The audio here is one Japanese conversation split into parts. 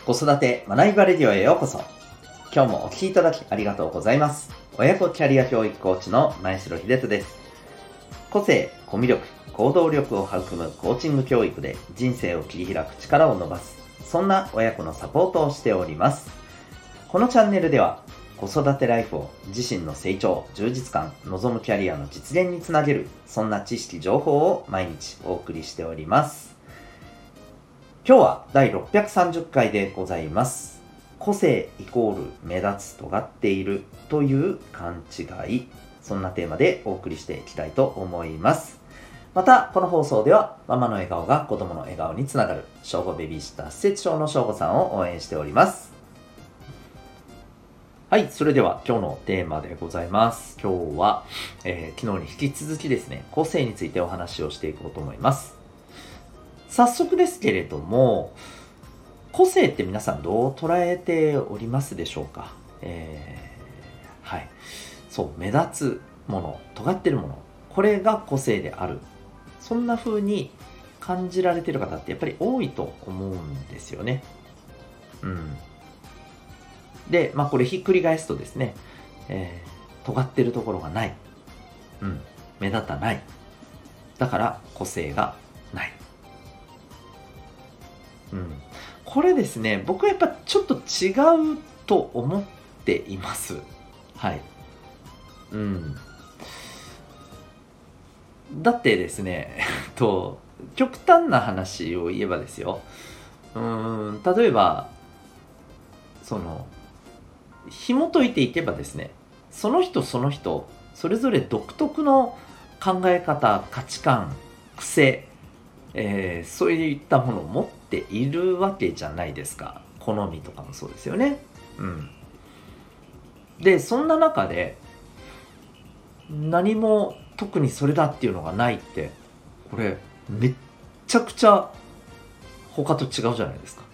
子育て学びバレディオへようこそ。今日もお聞きいただきありがとうございます。親子キャリア教育コーチの前城秀人です。個性、コミュ力、行動力を育むコーチング教育で人生を切り開く力を伸ばす、そんな親子のサポートをしております。このチャンネルでは子育てライフを自身の成長、充実感、望むキャリアの実現につなげる、そんな知識情報を毎日お送りしております。今日は第630回でございます。個性イコール目立つ、尖っているという勘違い、そんなテーマでお送りしていきたいと思います。またこの放送ではママの笑顔が子供の笑顔につながる小5ベビーシッター施設長の小5さんを応援しております。はい、それでは今日のテーマでございます。今日は、昨日に引き続きですね、個性についてお話をしていこうと思います。早速ですけれども、個性って皆さんどう捉えておりますでしょうか。はい、そう、目立つもの、尖ってるもの、これが個性である。そんな風に感じられている方ってやっぱり多いと思うんですよね。で、これひっくり返すとですね、尖ってるところがない。目立たない。だから個性がない。これですね、僕はやっぱちょっと違うと思っています。はい。だってですね、極端な話を言えばですよ。例えば、紐解いていけばですね、その人その人、それぞれ独特の考え方、価値観、癖、そういったものを持っているわけじゃないですか。好みとかもそうですよね。で、そんな中で何も特にそれだっていうのがないって、これめっちゃくちゃ他と違うじゃないですか。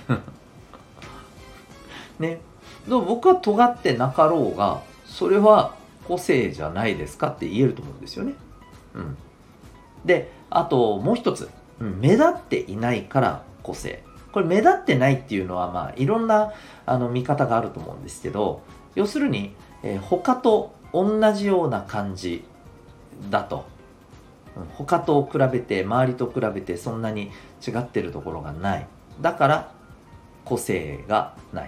ね。でも僕は尖ってなかろうが、それは個性じゃないですかって言えると思うんですよね。で、あともう一つ、目立っていないから個性。これ目立ってないっていうのはいろんな見方があると思うんですけど、要するに、他と同じような感じだと、他と比べて、周りと比べてそんなに違ってるところがない。だから個性がない。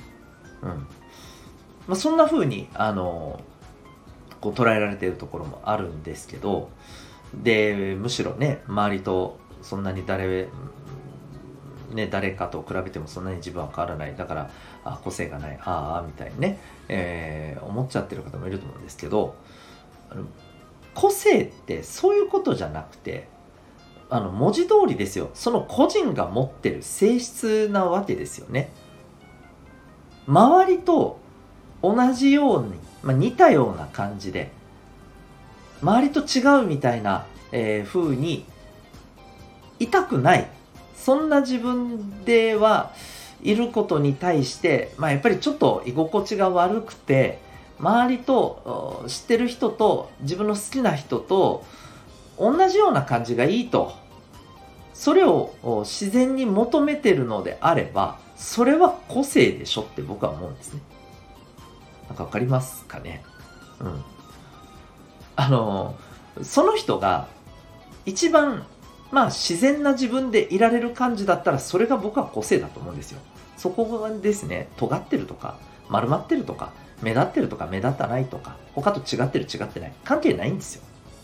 そんな風に捉えられているところもあるんですけど、でむしろね、周りとそんなに誰かと比べてもそんなに自分は変わらない。だから個性がない、みたいにね、思っちゃってる方もいると思うんですけど、個性ってそういうことじゃなくて、文字通りですよ。その個人が持ってる性質なわけですよね。周りと同じように、似たような感じで、周りと違うみたいな、風にいたくない。そんな自分ではいることに対して、やっぱりちょっと居心地が悪くて、周りと知ってる人と自分の好きな人と同じような感じがいいと、それを自然に求めてるのであれば、それは個性でしょって僕は思うんですね。なんかわかりますかね。その人が一番自然な自分でいられる感じだったら、それが僕は個性だと思うんですよ。そこがですね、尖ってるとか丸まってるとか目立ってるとか目立たないとか、他と違ってる違ってない、関係ないんですよ。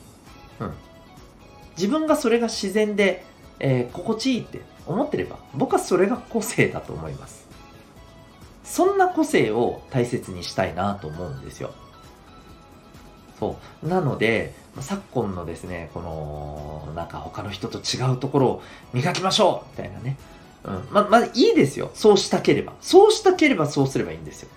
自分がそれが自然で、心地いいって思ってれば、僕はそれが個性だと思います。そんな個性を大切にしたいなと思うんですよ。そうなので、昨今のですね、この他の人と違うところを磨きましょうみたいなね、いいですよ。そうしたければそうすればいいんですよ。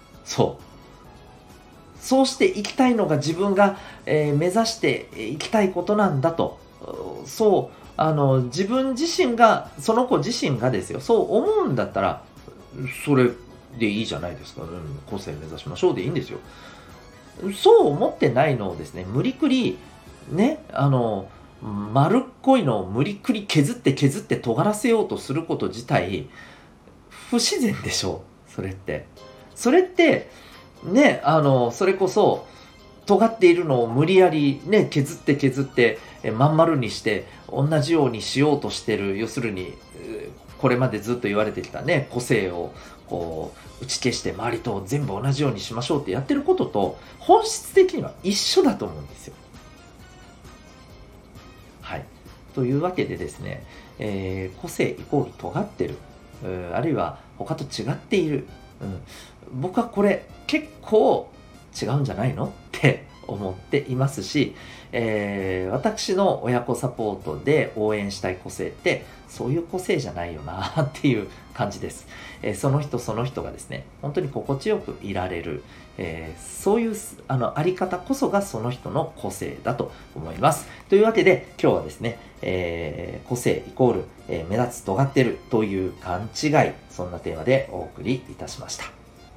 そうしていきたいのが自分が、目指していきたいことなんだと。自分自身が、その子自身がですよ、そう思うんだったら、それでいいじゃないですか。個性目指しましょうでいいんですよ。そう思ってないのをですね、無理くりね、丸っこいのを無理くり削って尖らせようとすること自体、 不自然でしょう、それって。それって、ね、それこそ、尖っているのを無理やりね、削って、まん丸にして、同じようにしようとしてる、要するに、これまでずっと言われてきたね、個性をこう、打ち消して周りと全部同じようにしましょうってやってることと、本質的には一緒だと思うんですよ。はい。というわけでですね、個性イコール尖ってる、あるいは他と違っている、僕はこれ結構違うんじゃないのって思っていますし、私の親子サポートで応援したい個性って、そういう個性じゃないよなっていう感じです。その人その人がですね、本当に心地よくいられる、そういうあり方こそがその人の個性だと思います。というわけで今日はですね、個性イコール、目立つ尖ってるという勘違い、そんなテーマでお送りいたしました。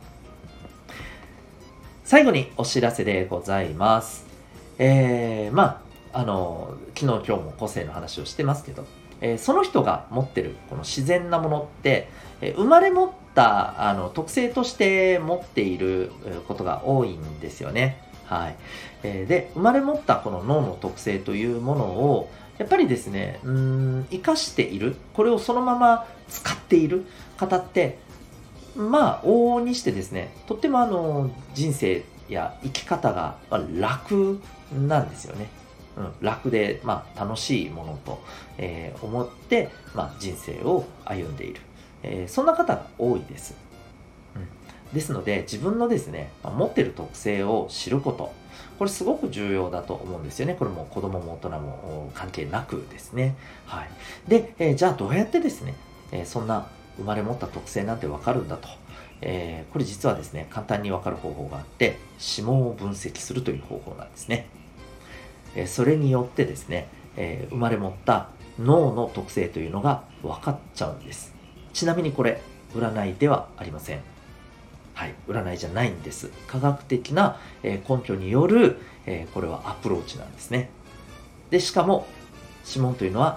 最後にお知らせでございます。昨日今日も個性の話をしてますけど、その人が持ってるこの自然なものって、生まれ持った特性として持っていることが多いんですよね。はい。で、生まれ持ったこの脳の特性というものを、やっぱりですね、生かしている、これをそのまま使っている方って、往々にしてですね、とっても人生や生き方が楽なんですよね。楽で、楽しいものと、思って、人生を歩んでいる。そんな方が多いです。ですので、自分のですね、持っている特性を知ること、これすごく重要だと思うんですよね。これも子供も大人も関係なくですね。はい。で、じゃあどうやってですね、そんな生まれ持った特性なんてわかるんだと。これ実はですね、簡単にわかる方法があって、指紋を分析するという方法なんですね。それによってですね、生まれ持った脳の特性というのが分かっちゃうんです。ちなみにこれ、占いではありません。はい、占いじゃないんです。科学的な根拠による、これはアプローチなんですね。で、しかも、指紋というのは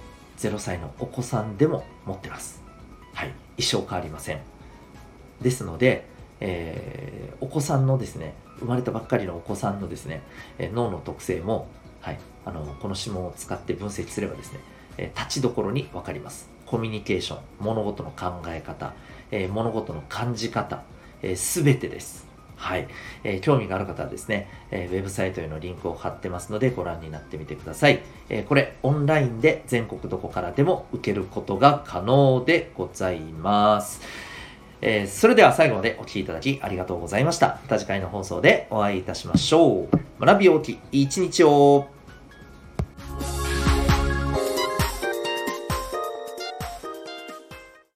0歳のお子さんでも持ってます。はい、一生変わりません。ですので、お子さんのですね、生まれたばっかりのお子さんのですね、脳の特性も、はい、この指紋を使って分析すればですね、立ちどころに分かります。コミュニケーション、物事の考え方、物事の感じ方、すべてです。はい、興味がある方はですね、ウェブサイトへのリンクを貼ってますのでご覧になってみてください。これオンラインで全国どこからでも受けることが可能でございます。それでは最後までお聞きいただきありがとうございました。また次回の放送でお会いいたしましょう。学び大きい一日を。